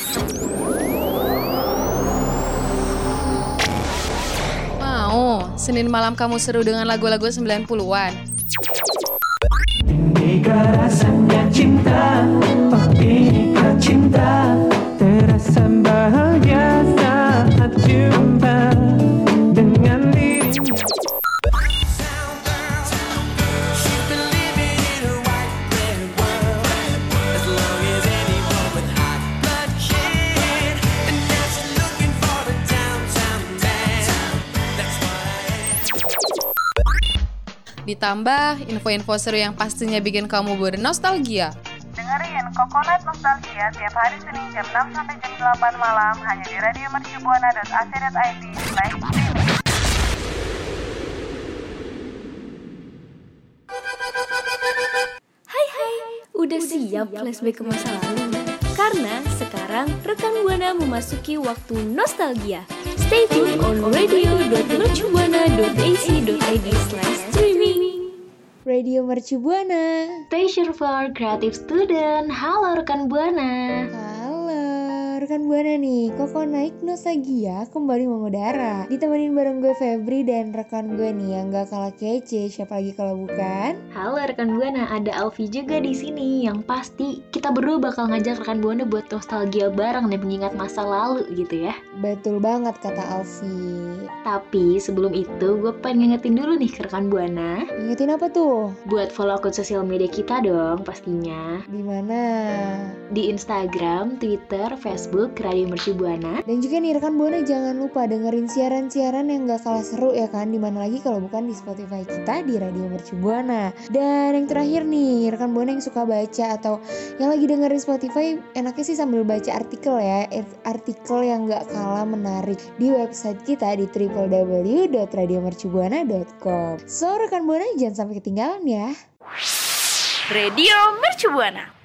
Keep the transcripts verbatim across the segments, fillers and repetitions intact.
Mau, Senin malam kamu seru dengan lagu-lagu sembilan puluhan. Inikah rasanya cinta, oh inikah cinta, terasa bahagia saat jumpa dengan dirimu. Ditambah info-info seru yang pastinya bikin kamu bernostalgia. Dengerin Coconut Nostalgia tiap hari Senin jam enam sampai jam delapan malam hanya di radio mercubuana dot a c dot i d slash streaming. Hai hai, udah siap flashback ke masa lalu? Karena sekarang rekan Buana memasuki waktu nostalgia. Stay tune on radio dot mercubuana dot a c dot i d slash streaming. Radio Mercubuana. Station for Creative Student. Halo rekan Buana. Halo rekan Buana nih, Koko naik nostalgia kembali mengudara. Ditemenin bareng gue Febri dan rekan gue nih yang gak kalah kece. Siapa lagi kalau bukan? Halo rekan Buana, ada Alfi juga di sini. Yang pasti kita berdua bakal ngajak rekan Buana buat nostalgia bareng dan mengingat masa lalu gitu ya. Betul banget kata Alfi. Tapi sebelum itu gue pengen ngingetin dulu nih ke rekan Buana. Ingetin apa tuh? Buat follow akun sosial media kita dong pastinya. Di mana? Di Instagram, Twitter, Facebook, Radio Mercubuana. Dan juga nih rekan Buana jangan lupa dengerin siaran-siaran yang gak kalah seru ya kan. Dimana lagi kalau bukan di Spotify kita di Radio Mercubuana. Dan yang terakhir nih rekan Buana yang suka baca atau yang lagi dengerin Spotify, enaknya sih sambil baca artikel ya. Artikel yang gak kalah menarik di website kita di w w w dot radio mercubuana dot com. So rekan Buana jangan sampai ketinggalan ya. Radio Mercubuana.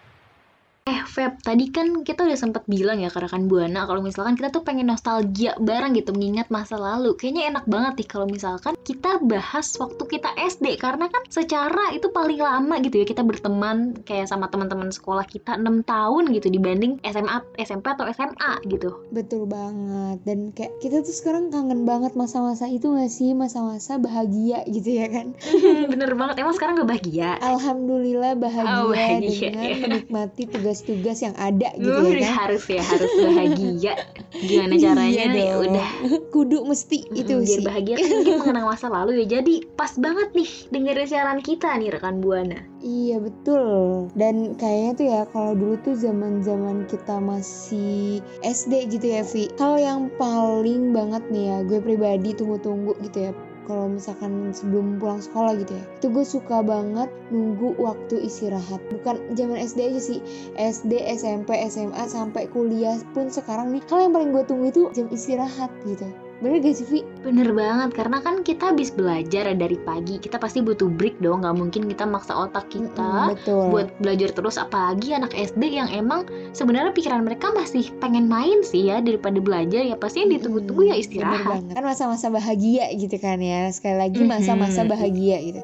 Eh Feb, tadi kan kita udah sempat bilang ya ke rekan Buana kalau misalkan kita tuh pengen nostalgia bareng gitu, mengingat masa lalu. Kayaknya enak banget nih kalau misalkan kita bahas waktu kita S D, karena kan secara itu paling lama gitu ya kita berteman kayak sama teman-teman sekolah kita enam tahun gitu dibanding S M A, S M P atau S M A gitu. Betul banget. Dan kayak kita tuh sekarang kangen banget masa-masa itu gak sih? Masa-masa bahagia gitu ya kan? Bener banget, emang sekarang gak bahagia? Alhamdulillah bahagia, oh, bahagia dengan ya. menikmati tugas-tugas yang ada gitu uh, ya kan. Harus ya, harus bahagia. Gimana caranya? Iya Ya udah. Kudu mesti Mm-mm, itu biar sih. bahagia kan kita mengenang masa lalu ya. Jadi pas banget nih dengerin siaran kita nih rekan Buana. Iya betul. Dan kayaknya tuh ya kalau dulu tuh zaman-zaman kita masih S D gitu ya Vi, hal yang paling banget nih ya gue pribadi tunggu-tunggu gitu ya kalau misalkan sebelum pulang sekolah gitu ya, itu gue suka banget nunggu waktu istirahat. Bukan zaman S D aja sih, S D, S M P, S M A sampai kuliah pun sekarang nih, hal yang paling gue tunggu itu jam istirahat gitu. Bener gak sih Vi? Bener banget, karena kan kita habis belajar dari pagi, kita pasti butuh break dong. Gak mungkin kita maksa otak kita mm, buat belajar terus. Apalagi anak S D yang emang sebenarnya pikiran mereka masih pengen main sih ya daripada belajar. Ya pasti yang ditunggu-tunggu ya istirahat. Bener banget, kan masa-masa bahagia gitu kan ya. Sekali lagi masa-masa bahagia gitu.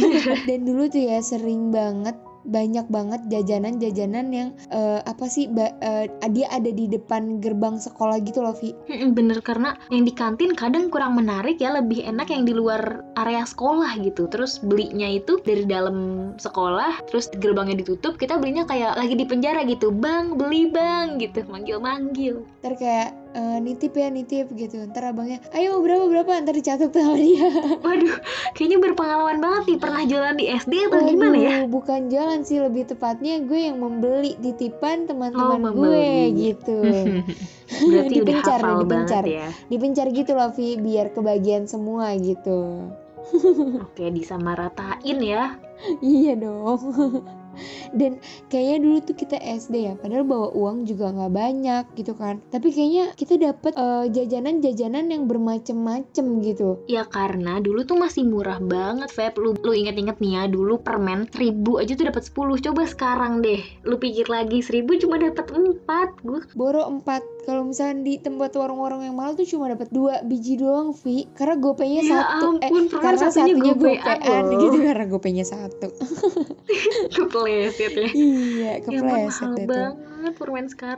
Dan dulu tuh ya sering banget, banyak banget jajanan-jajanan yang uh, apa sih ba- uh, dia ada di depan gerbang sekolah gitu loh Vi. Bener, karena yang di kantin kadang kurang menarik ya, lebih enak yang di luar area sekolah gitu. Terus belinya itu dari dalam sekolah, terus gerbangnya ditutup, kita belinya kayak lagi di penjara gitu. Bang, beli bang gitu, manggil-manggil. Ntar kayak uh, nitip ya nitip gitu. Ntar abangnya ayo berapa berapa, ntar dicatat sama dia. Waduh, kayaknya berpengalaman banget nih. Pernah jualan di S D atau Waduh, gimana ya? bukan jalan sih, lebih tepatnya gue yang membeli titipan teman-teman Oh, gue membeli. gitu. Berarti udah Dipencar, hafal dipencar. banget ya. Dipencar gitu loh Vi, biar kebagian semua gitu. Oke, disamaratain ya. Iya dong. Dan kayaknya dulu tuh kita S D ya, padahal bawa uang juga nggak banyak gitu kan. Tapi kayaknya kita dapet uh, jajanan-jajanan yang bermacem-macem gitu. Ya karena dulu tuh masih murah banget, Feb. Lu, lu inget-inget nih ya, dulu permen seribu aja tuh dapat sepuluh. Coba sekarang deh, lu pikir lagi, seribu cuma dapat empat. Gue Boro empat. Kalau misalnya di tempat warung-warung yang mahal tuh cuma dapat dua biji doang Vi. Karena gopenya Ya satu. ampun, Eh permen karena satunya satunya gopean gopean loh. gitu, karena gopenya satu. kepleset ya. Iya, Ya ampun, kepleset mahal deh tuh. banget permen sekarang.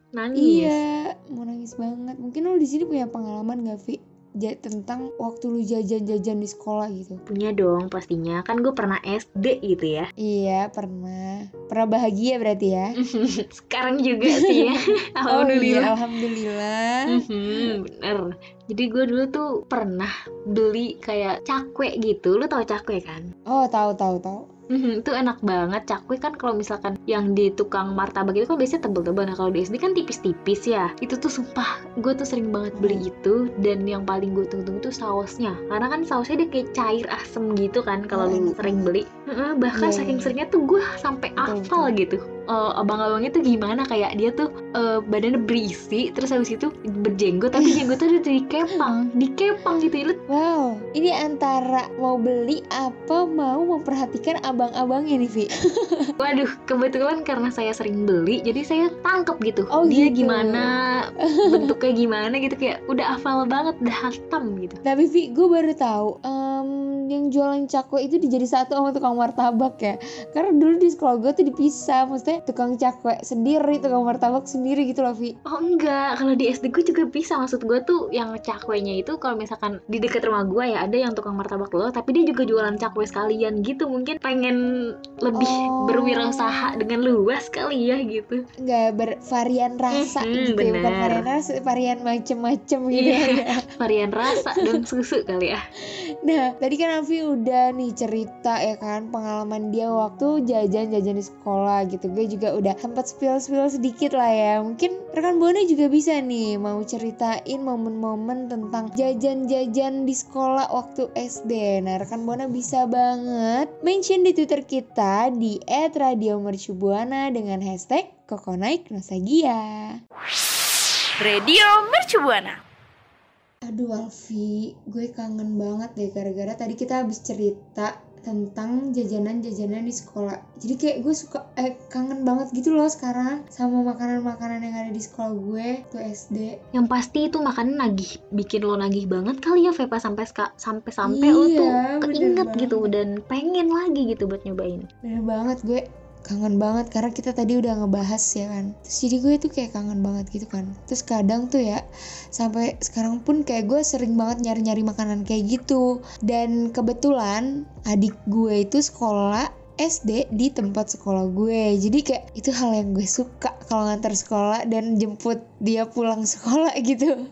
Nangis. Iya, mau nangis banget. Mungkin lo di sini punya pengalaman gak, Vi? Ja- tentang waktu lu jajan-jajan di sekolah gitu. Punya dong pastinya, kan gue pernah S D gitu ya. Iya, pernah. Pernah bahagia berarti ya? Sekarang juga sih ya. Alhamdulillah. Oh iya, alhamdulillah. Mhm, bener. Jadi gue dulu tuh pernah beli kayak cakwe gitu. Lu tau cakwe kan? Oh, tahu tahu tahu. Mhm, itu enak banget. Cakwe kan kalau misalkan yang di tukang martabak itu kan biasanya tebel-tebel. Nah kalau di S D kan tipis-tipis ya. Itu tuh sumpah gue tuh sering banget beli itu. Dan yang paling gue tunggu-tunggu tuh sausnya. Karena kan sausnya dia kayak cair asem gitu kan kalau Oh, lu enak sering banget. beli. Heeh, bahkan Iya, saking iya. seringnya tuh gue sampai Betul, hafal gitu. Eh, abang-abangnya tuh gimana, kayak dia tuh eh, badannya berisi, terus habis itu berjenggot, tapi jenggotnya udah dikepang, dikepang gitu ya. Wow, ini antara mau beli apa mau memperhatikan abang-abangnya nih, Vi. Waduh, kebetulan karena saya sering beli, jadi saya tangkep gitu. Oh, dia gitu. gimana, bentuknya gimana gitu, kayak udah hafal banget, udah hatam gitu. Tapi Vi, gue baru tahu em, yang jualan cakwe itu dijadi satu sama tukang martabak ya. Karena dulu di sekolah gue tuh dipisah, maksudnya tukang cakwe sendiri, tukang martabak sendiri gitu loh, Vi. Oh enggak, kalau di S D gue juga bisa. Maksud gue tuh yang cakwenya itu kalau misalkan di dekat rumah gue ya ada yang tukang martabak loh, tapi dia juga jualan cakwe sekalian gitu. Mungkin pengen lebih Oh. berwirausaha dengan luas kali ya gitu. Nggak bervarian rasa Mhm, gitu ya, bukan bener. varian rasa, varian macem-macem gitu Iya, ya. varian rasa dan susu kali ya. Nah, tadi kan Alfi udah nih cerita ya kan pengalaman dia waktu jajan-jajan di sekolah gitu. Gue juga udah sempat spill-spill sedikit lah ya. Mungkin rekan Buana juga bisa nih mau ceritain momen-momen tentang jajan-jajan di sekolah waktu S D. Nah, rekan Buana bisa banget mention di Twitter kita di et radio mercubuana dengan hashtag Kokonaik Nostalgia. Radio Mercu Buana. Aduh Alfi, gue kangen banget deh gara-gara tadi kita habis cerita tentang jajanan-jajanan di sekolah. Jadi kayak gue suka eh kangen banget gitu loh sekarang sama makanan-makanan yang ada di sekolah gue tuh S D. Yang pasti itu makanan nagih, bikin lo nagih banget kali ya Vepa, sampai ska- sampai sampai lo Iya, tuh bener keinget banget. gitu dan pengen lagi gitu buat nyobain. Bener banget, gue kangen banget karena kita tadi udah ngebahas ya kan. Terus jadi gue tuh kayak kangen banget gitu kan. Terus kadang tuh ya sampai sekarang pun kayak gue sering banget nyari-nyari makanan kayak gitu. Dan kebetulan adik gue itu sekolah S D di tempat sekolah gue. Jadi kayak itu hal yang gue suka kalau ngantar sekolah dan jemput dia pulang sekolah gitu.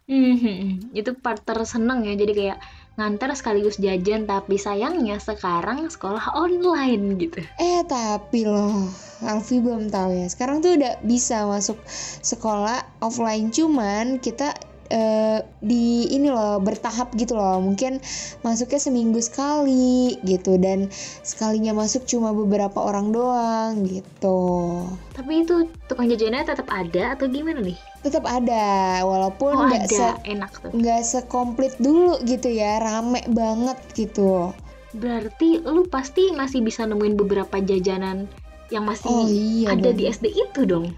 Mhm, itu part terseneng ya, jadi kayak nganter sekaligus jajan, tapi sayangnya sekarang sekolah online gitu. Eh tapi loh, Alfi belum tahu ya. Sekarang tuh udah bisa masuk sekolah offline, cuman kita eh, di ini loh bertahap gitu loh. Mungkin masuknya seminggu sekali gitu, dan sekalinya masuk cuma beberapa orang doang gitu. Tapi itu tukang jajannya tetap ada atau gimana nih? Tetap ada, walaupun Oh nggak ada, se enak tuh. nggak sekomplit dulu gitu ya, rame banget gitu. Berarti lu pasti masih bisa nemuin beberapa jajanan yang masih Oh iya ada dong. di S D itu dong.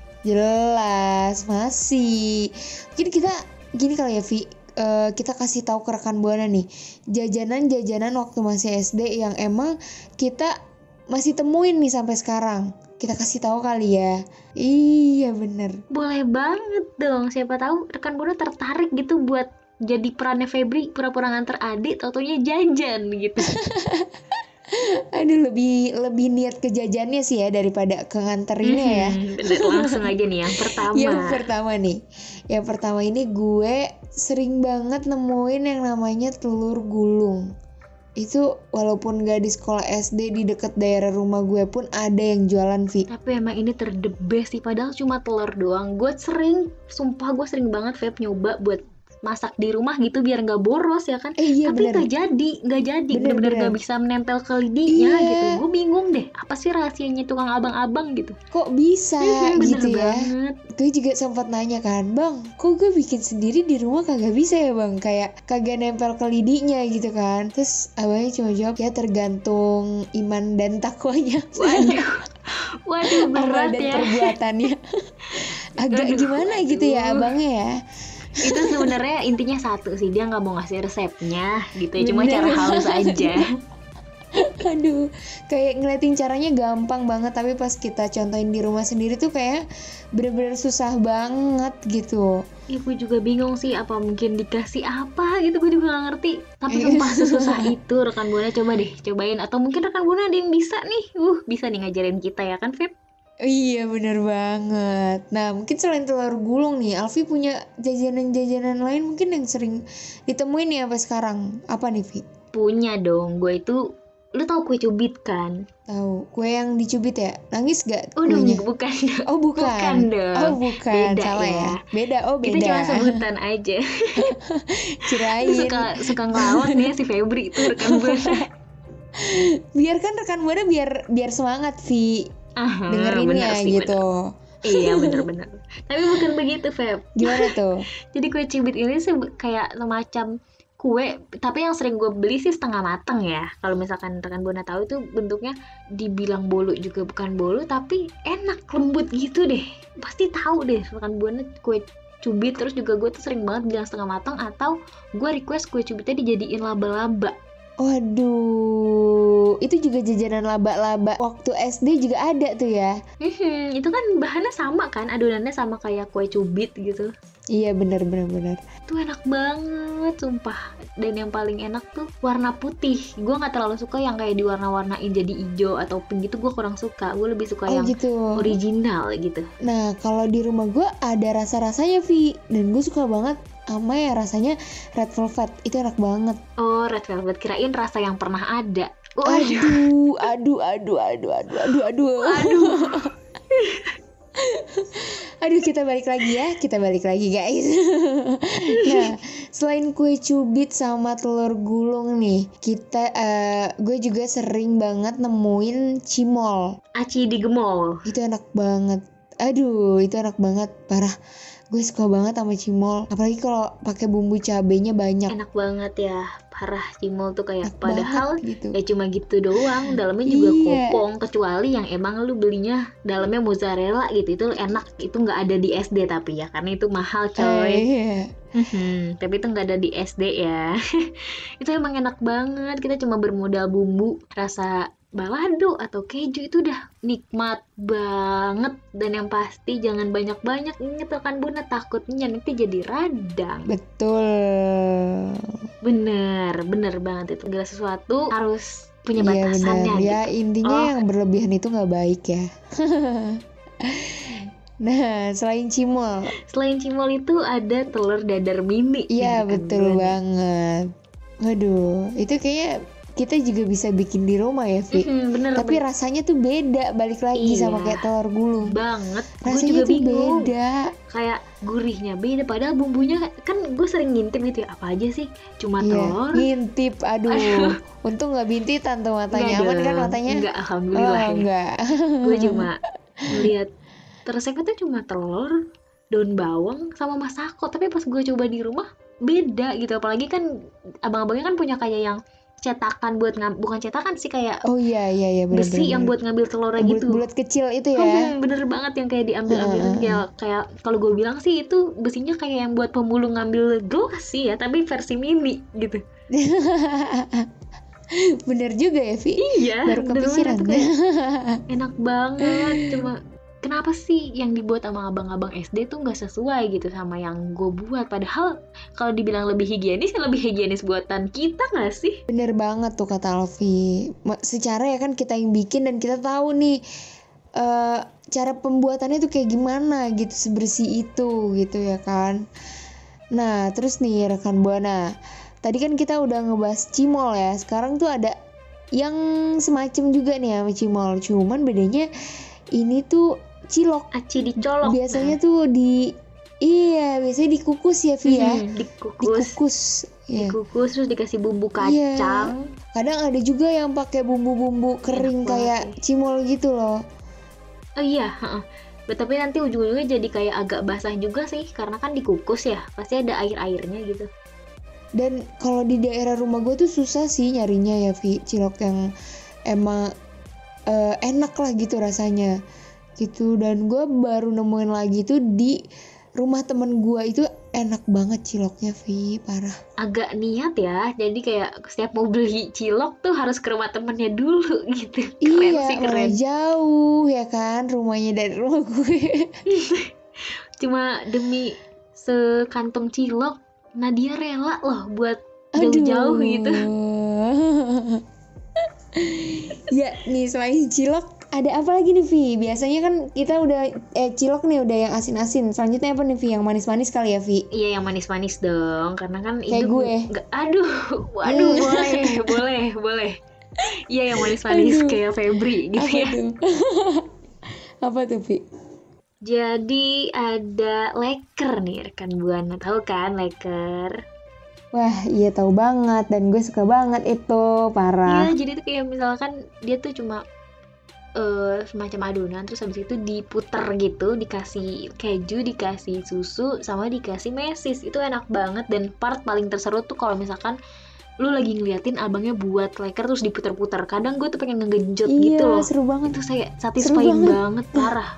Jelas masih. Mungkin kita gini kali ya Vi, eh, kita kasih tahu ke rekan Buana nih jajanan-jajanan waktu masih S D yang emang kita masih temuin nih sampai sekarang. Kita kasih tahu kali ya. Iya bener. Boleh banget dong, siapa tahu rekan Buana tertarik gitu buat jadi perannya Febri, pura-pura nganter adik, tau-taunya jajan gitu. Aduh, lebih lebih niat ke jajannya sih ya daripada ke nganterinnya ya. Mhm, bener, langsung aja nih yang pertama. Yang pertama nih, yang pertama ini gue sering banget nemuin yang namanya telur gulung. Itu walaupun gak di sekolah S D, di dekat daerah rumah gue pun ada yang jualan, Vi. Tapi emang ini ter the best sih, padahal cuma telur doang. Gue sering, sumpah gue sering banget Feb nyoba buat masak di rumah gitu biar nggak boros ya kan. Eh iya Tapi bener. nggak jadi, nggak jadi, Bener, bener-bener bener. nggak bisa menempel ke lidinya Iya. gitu. Gue bingung deh, apa sih rahasianya tukang abang-abang gitu? Kok bisa Mhm, bener gitu ya? banget. Gue juga sempat nanya kan, Bang, kok gue bikin sendiri di rumah kagak bisa ya Bang? Kayak kagak nempel ke lidinya gitu kan. Terus abangnya cuma jawab, ya tergantung iman dan takwanya. Waduh, waduh Amal berat dan ya. perbuatannya. Agak Aduh, gimana gitu ya aduh. abangnya ya. Itu sebenarnya intinya satu sih, dia nggak mau ngasih resepnya gitu ya, cuma Bener. cara halus aja. Aduh, kayak ngeliatin caranya gampang banget, tapi pas kita contohin di rumah sendiri tuh kayak bener-bener susah banget gitu. Ya gue juga bingung sih, apa mungkin dikasih apa gitu, gue juga gak ngerti. Tapi sumpah sesusah itu rekan Buana, coba deh cobain. Atau mungkin rekan Buana ada yang bisa nih, uh bisa nih ngajarin kita ya kan Feb? Iya bener banget. Nah mungkin selain telur gulung nih, Alfi punya jajanan-jajanan lain mungkin yang sering ditemuin nih apa sekarang? Apa nih Vi? Punya dong, gue itu, lu tau kue cubit kan? Tahu, kue yang dicubit ya? Nangis gak Oh kuenya? dong, bukan dong. Oh bukan. Bukan dong. Oh bukan, Beda salah ya. ya. Beda, oh beda. Itu cuma sebutan aja. Kirain. Suka suka ngelawak nih si Febri itu rekan Buana. Biarkan rekan Buana biar biar semangat Vi. Aha, Dengerin bener ya sih, gitu. bener. Iya bener-bener. Tapi bukan begitu Feb. Gimana tuh? Jadi kue cubit ini sih kayak semacam kue, tapi yang sering gue beli sih setengah matang ya. Kalau misalkan rekan Buana tahu itu bentuknya dibilang bolu juga bukan bolu, tapi enak, lembut gitu deh. Pasti tahu deh rekan Buana kue cubit. Terus juga gue tuh sering banget bilang setengah matang, atau gue request kue cubitnya dijadiin laba-laba. Waduh, itu juga jajanan laba-laba waktu S D juga ada tuh ya. Hmm, itu kan bahannya sama kan, adonannya sama kayak kue cubit gitu. Iya benar benar benar. Tuh enak banget sumpah. Dan yang paling enak tuh warna putih. Gue nggak terlalu suka yang kayak diwarna-warnain jadi hijau atau pink gitu, gue kurang suka. Gue lebih suka Oh yang gitu. original gitu. Nah kalau di rumah gue ada rasa-rasanya Vi, dan gue suka banget sama ya rasanya red velvet, itu enak banget. Oh red velvet, kirain rasa yang pernah ada. Oh, Aduh, aduh, aduh, aduh, aduh, aduh, aduh, aduh. Aduh, kita balik lagi ya, kita balik lagi guys. Nah, selain kue cubit sama telur gulung nih, kita, uh, gue juga sering banget nemuin cimol. Aci di gemol. Itu enak banget. Aduh, itu enak banget, parah. Gue suka banget sama cimol, apalagi kalau pakai bumbu cabenya banyak. Enak banget ya, parah cimol tuh kayak Enak padahal banget gitu. ya cuma gitu doang, dalamnya juga Iya. kopong, kecuali yang emang lu belinya dalamnya mozzarella gitu, itu enak, itu nggak ada di S D tapi ya, karena itu mahal Eh, coy. iya. Hmm, tapi itu nggak ada di S D ya. Itu emang enak banget, kita cuma bermodal bumbu, rasa balado atau keju itu udah nikmat banget. Dan yang pasti jangan banyak-banyak, inget rekan Buana, takutnya nanti jadi radang. Betul. Bener, bener banget itu. Segala sesuatu harus punya Iya batasannya benar. Ya gitu. intinya Oh. yang berlebihan itu nggak baik ya. Nah, selain cimol, Selain cimol itu ada telur dadar mini. iya Ya, rekan betul Buana. banget. Waduh, itu kayaknya kita juga bisa bikin di rumah ya, Vi. Mhm, bener, Tapi bener rasanya tuh beda, balik lagi Iya. sama kayak telur gulung. banget. Gue Rasanya juga tuh bingung. beda. Kayak gurihnya beda, padahal bumbunya kan gue sering ngintip gitu ya, apa aja sih, cuma Iya, telur. ngintip, aduh. Untung nggak bintitan tuh matanya. Aman kan dong. matanya? Enggak, alhamdulillah Oh, ya. enggak. Gue cuma ngeliat resepnya tuh cuma telur, daun bawang, sama masako. Tapi pas gue coba di rumah beda gitu. Apalagi kan abang-abangnya kan punya kayak yang cetakan buat ngam, bukan cetakan sih, kayak Oh iya iya iya bener, besi bener, yang bener. buat ngambil telurnya gitu. bulat kecil itu ya. Hmm, bener banget yang kayak diambil-ambil Heeh. kayak kayak kalau gue bilang sih itu besinya kayak yang buat pemulung ngambil gelas sih ya, tapi versi mini gitu. Bener juga ya, Vi. Iya, Baru bener kepikiran. banget, itu kayak enak banget. Cuma kenapa sih yang dibuat sama abang-abang S D tuh nggak sesuai gitu sama yang gue buat? Padahal kalau dibilang lebih higienis, ya lebih higienis buatan kita nggak sih? Bener banget tuh kata Alfi. Ma- Secara ya kan kita yang bikin dan kita tahu nih eh, cara pembuatannya tuh kayak gimana gitu, sebersih itu gitu ya kan. Nah terus nih rekan Buana, tadi kan kita udah ngebahas cimol ya. Sekarang tuh ada yang semacam juga nih sama cimol, cuman bedanya ini tuh cilok. Aci dicolok. Biasanya tuh di iya biasanya dikukus ya Vi ya. Hmm, dikukus, Dikukus. Ya. dikukus terus dikasih bumbu Iya. kacang. Kadang ada juga yang pakai bumbu-bumbu kering banget kayak cimol gitu loh. Oh iya, heeh. Tapi nanti ujung-ujungnya jadi kayak agak basah juga sih, karena kan dikukus ya, pasti ada air-airnya gitu. Dan kalau di daerah rumah gue tuh susah sih nyarinya ya Vi, cilok yang emang eh, enak lah gitu rasanya gitu. Dan gue baru nemuin lagi tuh di rumah temen gue itu enak banget ciloknya, Vi, parah. Agak niat ya, jadi kayak setiap mau beli cilok tuh harus ke rumah temennya dulu gitu. Keren Iya, sih, mana keren. jauh ya kan rumahnya dari rumah gue. Cuma demi sekantong cilok, Nadia rela loh buat Aduh. jauh-jauh gitu. Ya nih, selain cilok ada apa lagi nih, Vi? Biasanya kan kita udah eh cilok nih udah yang asin-asin. Selanjutnya apa nih, Vi? Yang manis-manis kali ya, Vi? Iya, yang manis-manis dong, karena kan Kayak hidup gue. nggak- aduh, waduh, Hmm. boleh, boleh, boleh. Iya, yang manis-manis Aduh. kayak Febri gitu Apa ya. tuh? Apa tuh, Vi? Jadi ada leker nih rekan Buana, tahu kan leker? Wah, iya tahu banget dan gue suka banget itu, parah. Iya, jadi tuh kayak misalkan dia tuh cuma eh, semacam adonan, terus habis itu diputer gitu, dikasih keju, dikasih susu, sama dikasih mesis. Itu enak banget, dan part paling terseru tuh kalau misalkan lu lagi ngeliatin abangnya buat leker terus diputer-puter. Kadang gue tuh pengen ngegenjot Iya, gitu loh. seru banget. Itu saya satisfying banget. banget, parah.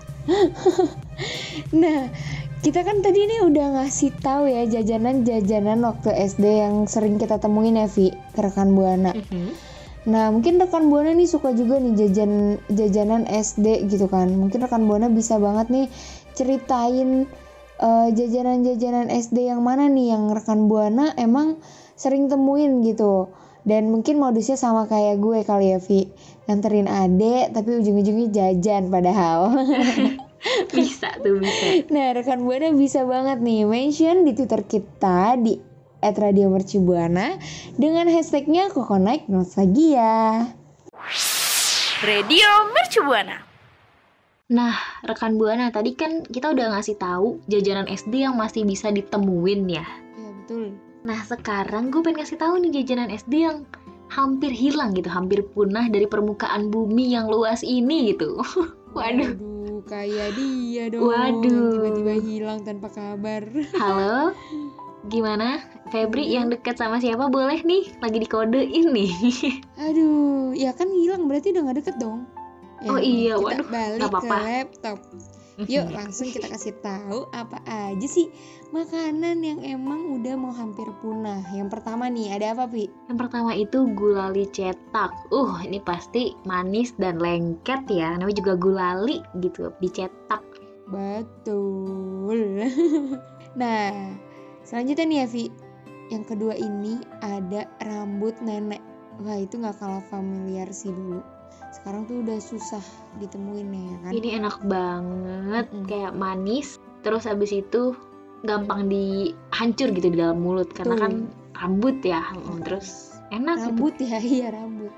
Nah, kita kan tadi nih udah ngasih tahu ya jajanan-jajanan waktu S D yang sering kita temuin ya, Vi, ke rekan Buana. Nah, mungkin rekan Buana nih suka juga nih jajan jajanan S D gitu kan. Mungkin rekan Buana bisa banget nih ceritain eh, jajanan-jajanan S D yang mana nih yang rekan Buana emang sering temuin gitu. Dan mungkin modusnya sama kayak gue kali ya, Vi. Nganterin adek tapi ujung-ujungnya jajan padahal. Bisa tuh, bisa. Nah, rekan Buana bisa banget nih mention di Twitter kita di et radio mercubuana dengan hashtagnya Coconut Nostalgia. Radio Mercubuana. Nah, rekan Buana, tadi kan kita udah ngasih tahu jajanan S D yang masih bisa ditemuin ya. Ya, betul. Nah, sekarang gue pengen kasih tahu nih jajanan S D yang hampir hilang gitu, hampir punah dari permukaan bumi yang luas ini gitu. Waduh. Waduh, kayak dia dong. Waduh. Tiba-tiba hilang tanpa kabar. Halo, gimana? Febri yang dekat sama siapa boleh nih? Lagi dikodein nih. Aduh, ya kan hilang berarti udah gak deket dong. Ya, Oh iya, kita waduh, balik nggak apa-apa. ke laptop. Yuk langsung kita kasih tahu apa aja sih makanan yang emang udah mau hampir punah. Yang pertama nih, ada apa, Pi? Yang pertama itu gulali cetak. Uh, ini pasti manis dan lengket ya. Namanya juga gulali gitu, dicetak. Betul. Nah, selanjutnya nih ya, Vi. Yang kedua ini ada rambut nenek. Wah, itu gak kalah familiar sih dulu. Sekarang tuh udah susah ditemuin ya kan. Ini enak banget, Mm-mm. kayak manis. Terus abis itu gampang dihancur gitu di dalam mulut karena Betul. kan rambut ya. Mm, Terus enak gitu. Rambut ya, iya rambut.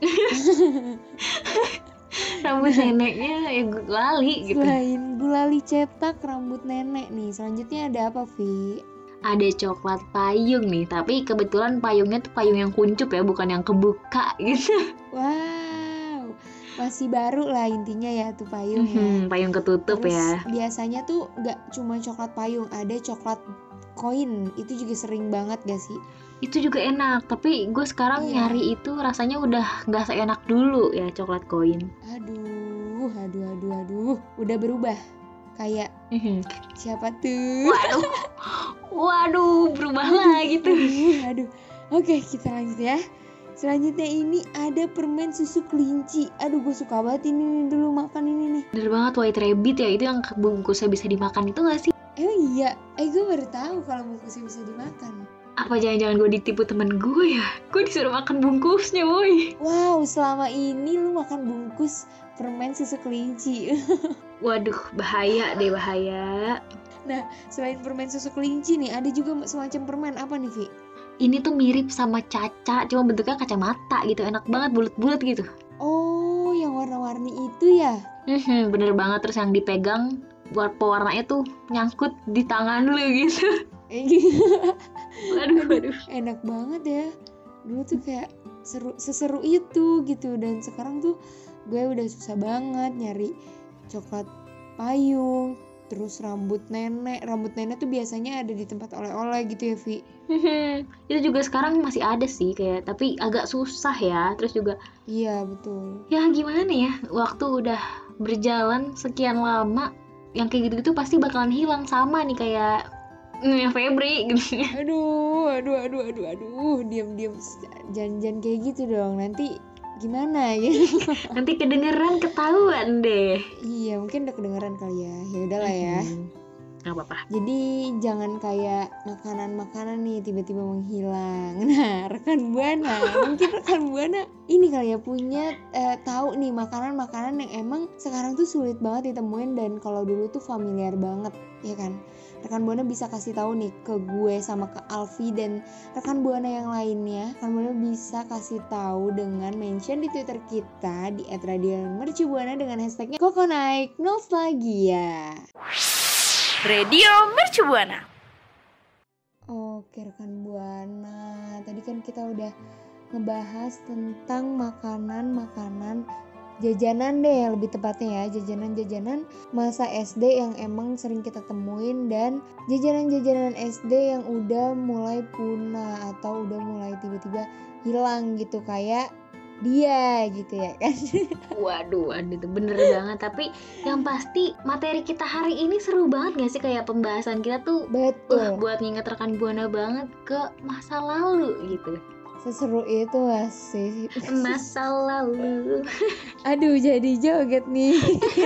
Rambut neneknya ya gulali gitu. Selain gulali cetak rambut nenek nih, selanjutnya ada apa, Vi? Ada coklat payung nih, tapi kebetulan payungnya tuh payung yang kuncup ya, bukan yang kebuka gitu. Wow, masih baru lah intinya ya tuh payung ya. Hmm, payung ketutup Terus ya. biasanya tuh nggak cuma coklat payung, ada coklat koin. Itu juga sering banget gak sih? Itu juga enak, tapi gue sekarang Iya. nyari itu rasanya udah nggak seenak dulu ya coklat koin. Aduh, aduh, aduh, aduh. Udah berubah. Kayak Mhm. siapa tuh? Waduh, waduh, berubah lagi tuh. Aduh, aduh. Oke, kita lanjut ya. Selanjutnya ini ada permen susu kelinci. Aduh, gue suka banget ini nih, dulu makan ini nih. Bener banget, white rabbit ya, itu yang bungkusnya bisa dimakan itu nggak sih? Eh iya, eh gue baru tahu kalau bungkusnya bisa dimakan. Apa jangan-jangan gue ditipu temen gue ya? Gue disuruh makan bungkusnya, woi. Wow, selama ini lu makan bungkus permen susu kelinci. Waduh, bahaya deh, bahaya. Nah, selain permen susu kelinci nih, ada juga semacam permen apa nih, Vi? Ini tuh mirip sama caca, cuma bentuknya kacamata gitu, enak banget, bulat-bulat gitu. Oh, yang warna-warni itu ya? Mhm, bener banget, terus yang dipegang buat pewarnanya tuh nyangkut di tangan lu gitu. Waduh, waduh. Enak banget ya. Dulu tuh kayak seru, seseru itu gitu. Dan sekarang tuh gue udah susah banget nyari coklat payung. Terus rambut nenek. Rambut nenek tuh biasanya ada di tempat oleh-oleh gitu ya, Vi. Itu juga sekarang masih ada sih kayak, tapi agak susah ya. Terus juga Iya, betul. ya gimana ya, waktu udah berjalan sekian lama, yang kayak gitu-gitu pasti bakalan hilang, sama nih kayak mm, Febri gitu. Aduh, aduh, aduh, aduh, aduh, diam-diam, jangan-jangan kayak gitu dong, nanti gimana gitu. Nanti kedengeran ketahuan deh. Iya, mungkin udah kedengeran kali ya. Ya udahlah ya. Hmm, nggak apa-apa. Jadi jangan kayak makanan-makanan nih tiba-tiba menghilang. Nah, rekan Buana, mungkin rekan Buana ini kali ya punya eh, tahu nih makanan-makanan yang emang sekarang tuh sulit banget ditemuin dan kalau dulu tuh familiar banget, ya kan? Rekan Buana bisa kasih tahu nih ke gue sama ke Alfi dan rekan Buana yang lainnya. Rekan Buana bisa kasih tahu dengan mention di Twitter kita di et radio mercubuana dengan hashtagnya Kokonaik Nostalgia. Radio Mercubuana. Oke rekan Buana, tadi kan kita udah ngebahas tentang makanan-makanan jajanan deh, lebih tepatnya ya, jajanan-jajanan masa S D yang emang sering kita temuin dan jajanan-jajanan S D yang udah mulai punah atau udah mulai tiba-tiba hilang gitu, kayak dia gitu ya kan. Waduh, aduh itu bener banget. Tapi yang pasti materi kita hari ini seru banget gak sih? Kayak pembahasan kita tuh Betul. uh, buat nginget rekan Buana banget ke masa lalu gitu. Seseru itu asik. Masa lalu. Aduh jadi joget nih.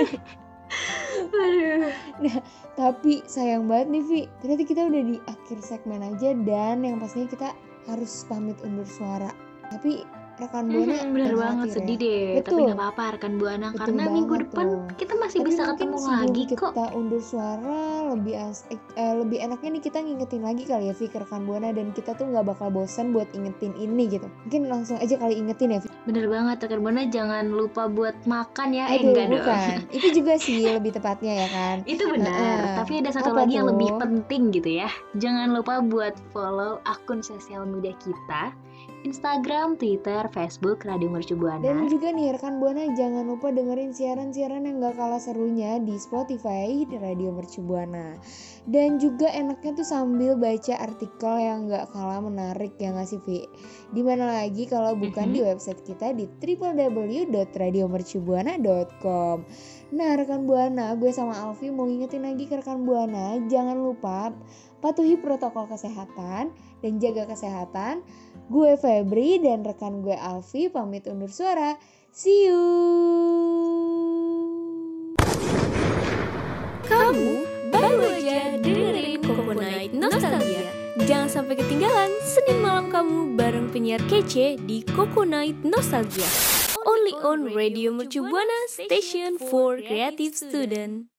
Aduh. Nah tapi sayang banget nih Vi, ternyata kita udah di akhir segmen aja dan yang pastinya kita harus pamit undur suara. Tapi rekan Buana Hmm, bener banget, ya. sedih deh. Betul. Tapi gak apa-apa rekan Buana, Betul karena minggu banget depan tuh. kita masih Tapi bisa mungkin ketemu sebelum lagi kok. kita undur suara lebih as eh, lebih enaknya nih kita ngingetin lagi kali ya Vi ke rekan Buana dan kita tuh nggak bakal bosan buat ingetin ini gitu. Mungkin langsung aja kali ingetin ya Vi. Bener banget rekan Buana, jangan lupa buat makan ya. Eh Aduh enggak dong. bukan, itu juga sih lebih tepatnya ya kan. Itu benar, Heeh. tapi ada satu Apa lagi yang tuh? lebih penting gitu ya. Jangan lupa buat follow akun sosial media kita, Instagram, Twitter, Facebook, Radio Mercubuana. Dan juga nih rekan Buana jangan lupa dengerin siaran-siaran yang gak kalah serunya di Spotify di Radio Mercubuana. Dan juga enaknya tuh sambil baca artikel yang gak kalah menarik ya gak sih Vi? Dimana lagi kalau bukan di website kita di w w w dot radio mercubuana dot com. Nah rekan Buana, gue sama Alfi mau ngingetin lagi ke rekan Buana, jangan lupa patuhi protokol kesehatan dan jaga kesehatan. Gue Febri dan rekan gue Alfi pamit undur suara. See you. Kamu baru aja dengerin Kokonait Nostalgia. Jangan sampai ketinggalan Senin malam kamu bareng penyiar kece di Kokonait Nostalgia. Only on Radio Mercubuana Station for Creative Student.